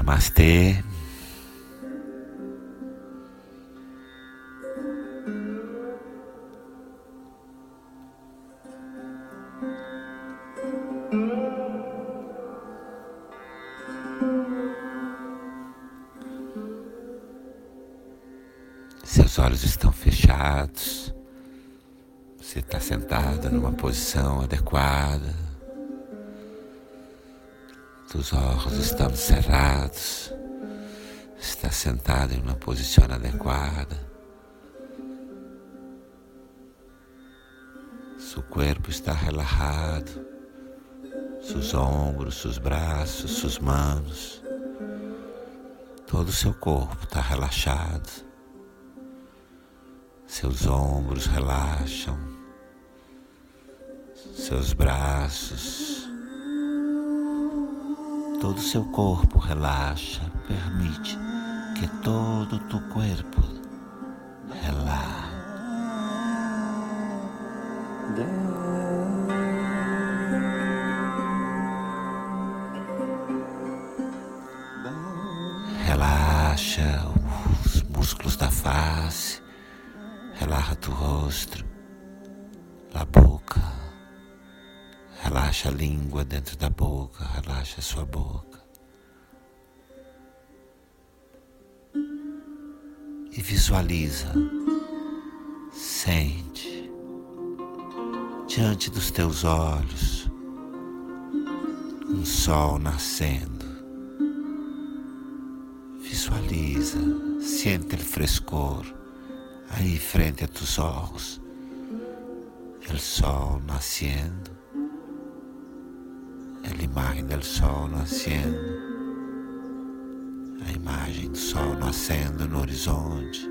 Namastê. Seus olhos estão fechados. Você está sentado numa posição adequada. Os olhos estão cerrados. Está sentado em uma posição adequada. Seu corpo está relaxado. Seus ombros, seus braços, suas mãos. Todo o seu corpo está relaxado. Seus ombros relaxam. Seus braços. Todo o seu corpo relaxa. Permite que todo o teu corpo relaxe. Relaxa os músculos da face. Relaxa tu rosto, a boca. Relaxa a língua dentro da boca. Relaxa a sua boca. E visualiza, sente, diante dos teus olhos, um sol nascendo. Visualiza, sente o frescor aí frente a tus ojos, o sol nascendo, a imagem do sol nascendo. A imagem do sol nascendo no horizonte.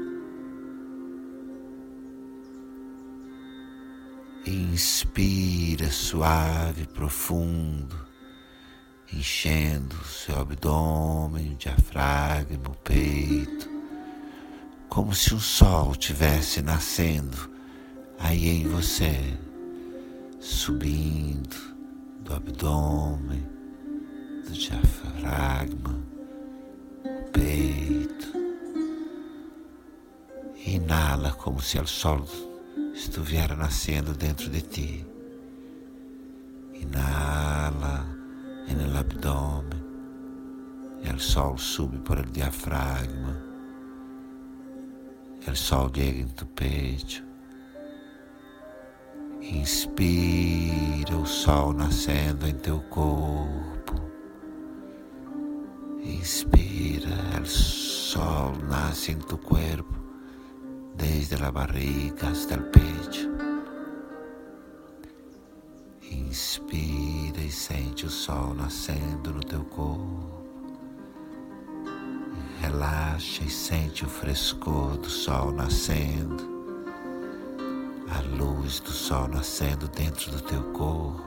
Inspira suave, profundo, enchendo o seu abdômen, o diafragma, o peito, como se um sol estivesse nascendo aí em você, subindo do abdômen, do diafragma, peito. Inala como se o sol estivesse nascendo dentro de ti. Inala no abdômen e o sol sube por el diafragma. O sol chega em tu peito. Inspira o sol nascendo em teu corpo. Inspira, o sol nasce em tu corpo, desde a barriga hasta o peito. Inspira e sente o sol nascendo no teu corpo. Relaxa e sente o frescor do sol nascendo, a luz do sol nascendo dentro do teu corpo.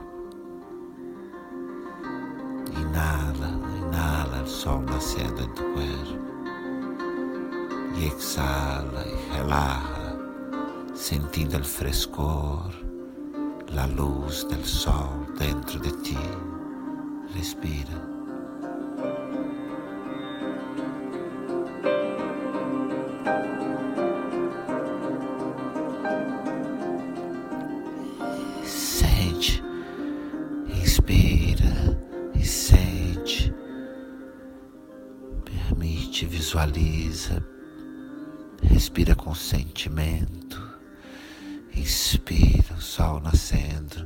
Inala o sol nascendo em teu corpo. E exala e relaxa, sentindo o frescor, a luz do sol dentro de ti. Respira. Sente, inspira e sente. Permite, visualiza. Respira com sentimento. Inspira o sol nascendo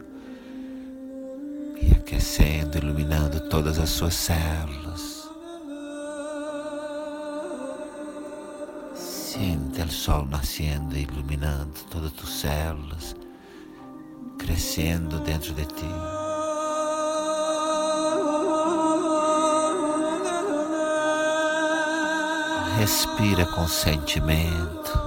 e aquecendo, iluminando todas as suas células. Sente o sol nascendo e iluminando todas as tuas células, crescendo dentro de ti. Respira com sentimento.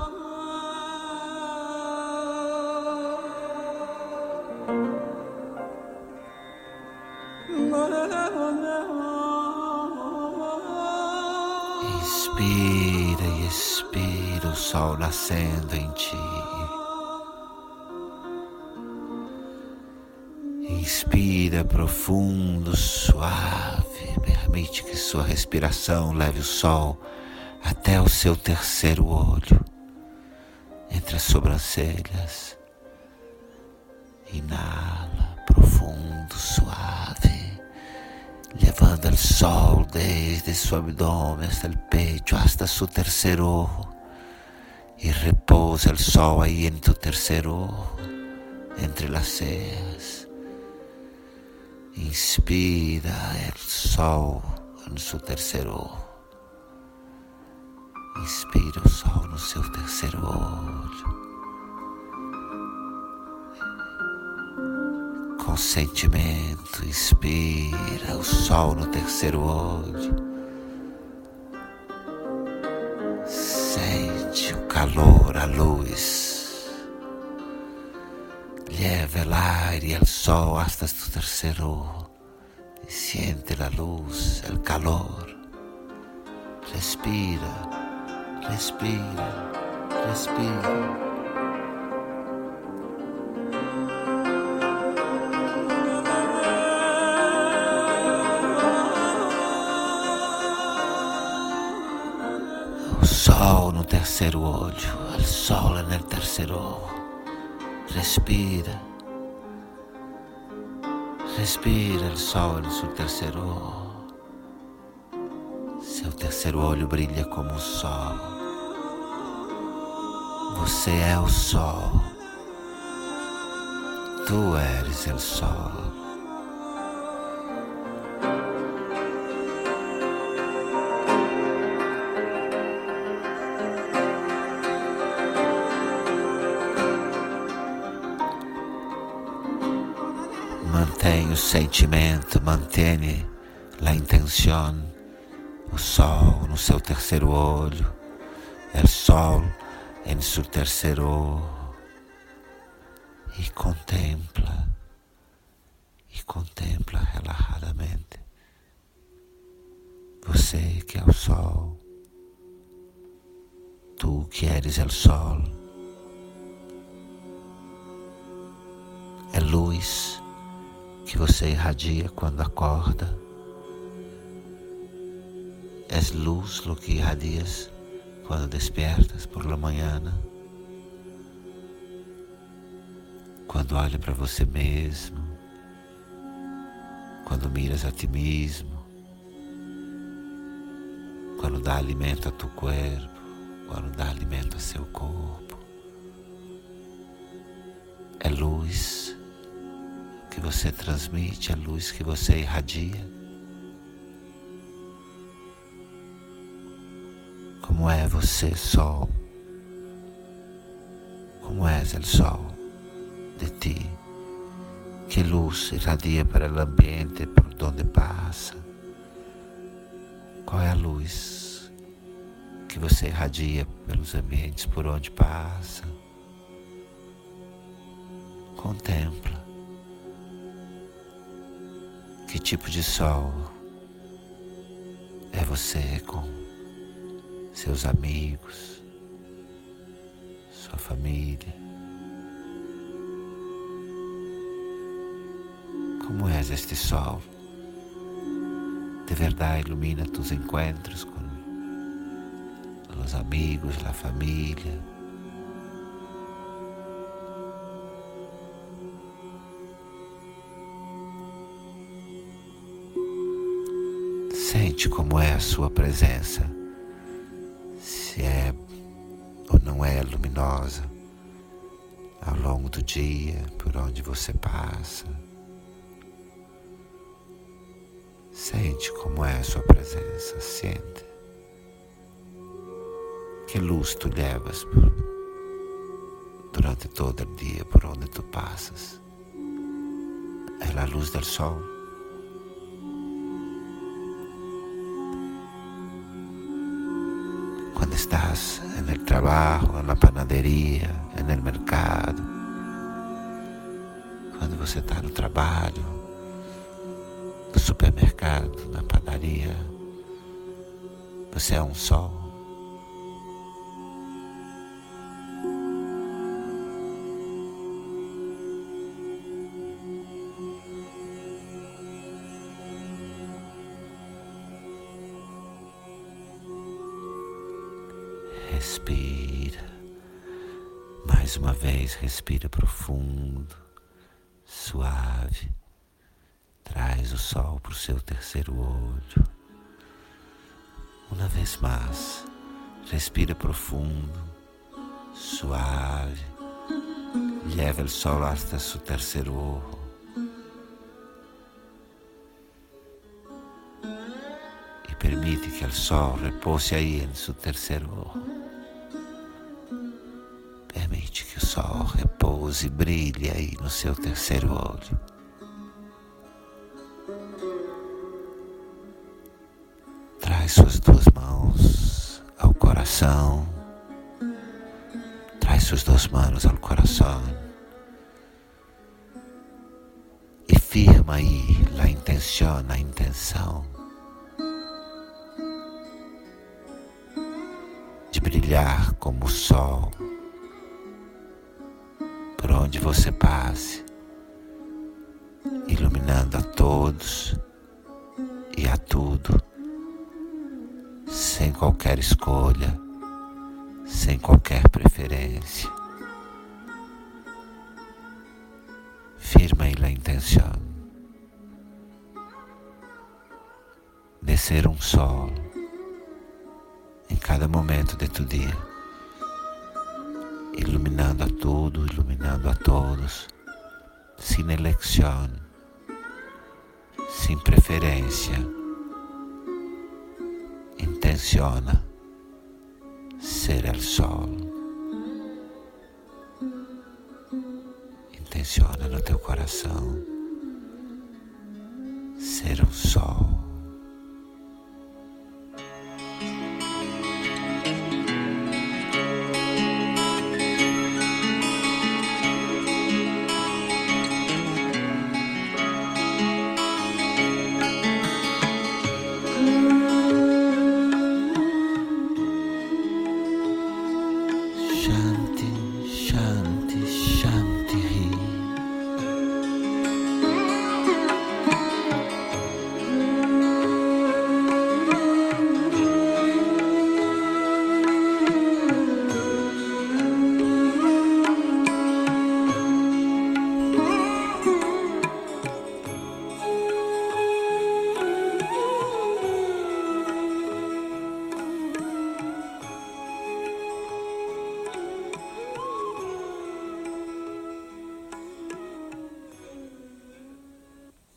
Inspira e expira o sol nascendo em ti. Inspira profundo, suave, Permite que sua respiração leve o sol até o seu terceiro olho, entre as sobrancelhas. Inala profundo, suave, llevando el sol desde su abdomen hasta el pecho, hasta su tercer ojo. Y reposa el sol ahí en tu tercer ojo, entre las cejas. Inspira el sol en su tercer ojo. Inspira o sol no seu terceiro olho. Com sentimento, inspira o sol no terceiro olho. Sente o calor, a luz. Lleva el aire y el sol hasta tu tercer ojo. Y siente la luz, el calor. Respira. Respira, respira. O sol no terceiro olho, o sol é no terceiro ojo. Respira. Respira o sol no seu terceiro ojo. Seu terceiro olho brilha como o sol. Você é o sol. Tu eres o sol. Mantém o sentimento, mantém a intenção. O sol no seu terceiro olho, o sol em seu terceiro ojo, e contempla relajadamente. Você que é o sol, tu que eres o sol, é luz que você irradia quando acorda. Es luz lo que irradias cuando despiertas por la mañana. Quando olha para você mesmo. Quando miras a ti mesmo. Quando dá alimento a tu corpo. Quando dá alimento a seu corpo. É luz que você transmite, é luz que você irradia. Como é você, sol? Como és o sol de ti? Que luz irradia para o ambiente por onde passa? Qual é a luz que você irradia pelos ambientes por onde passa? Contempla. Que tipo de sol é você com seus amigos, sua família? Como és este sol? De verdade ilumina tus encontros com os amigos, a família. Sente como é a sua presença. Se é ou não é luminosa ao longo do dia, por onde você passa. Sente como é a sua presença, sente. Que luz tu levas durante todo o dia por onde tu passas. É a luz do sol. Quando estás no trabalho, na panaderia, no mercado, quando você está no trabalho, no supermercado, na padaria, você é um sol. Respira. Mais uma vez, respira profundo, suave. Traz o sol para o seu terceiro olho. Uma vez mais, respira profundo, suave. Lleva o sol hasta su terceiro ojo. E permite que o sol repose aí em seu terceiro ojo. Permite que o sol repouse e brilhe aí no seu terceiro olho. Traz suas duas mãos ao coração. Traz suas duas mãos ao coração. E firma aí a intenção de brilhar como o sol por onde você passe, iluminando a todos e a tudo, sem qualquer escolha, sem qualquer preferência. Firma aí a intenção de ser um sol em cada momento de tu dia, iluminando a tudo, iluminando a todos, sem eleição, sem preferência. Intenciona ser el sol. Intenciona no teu coração ser um sol.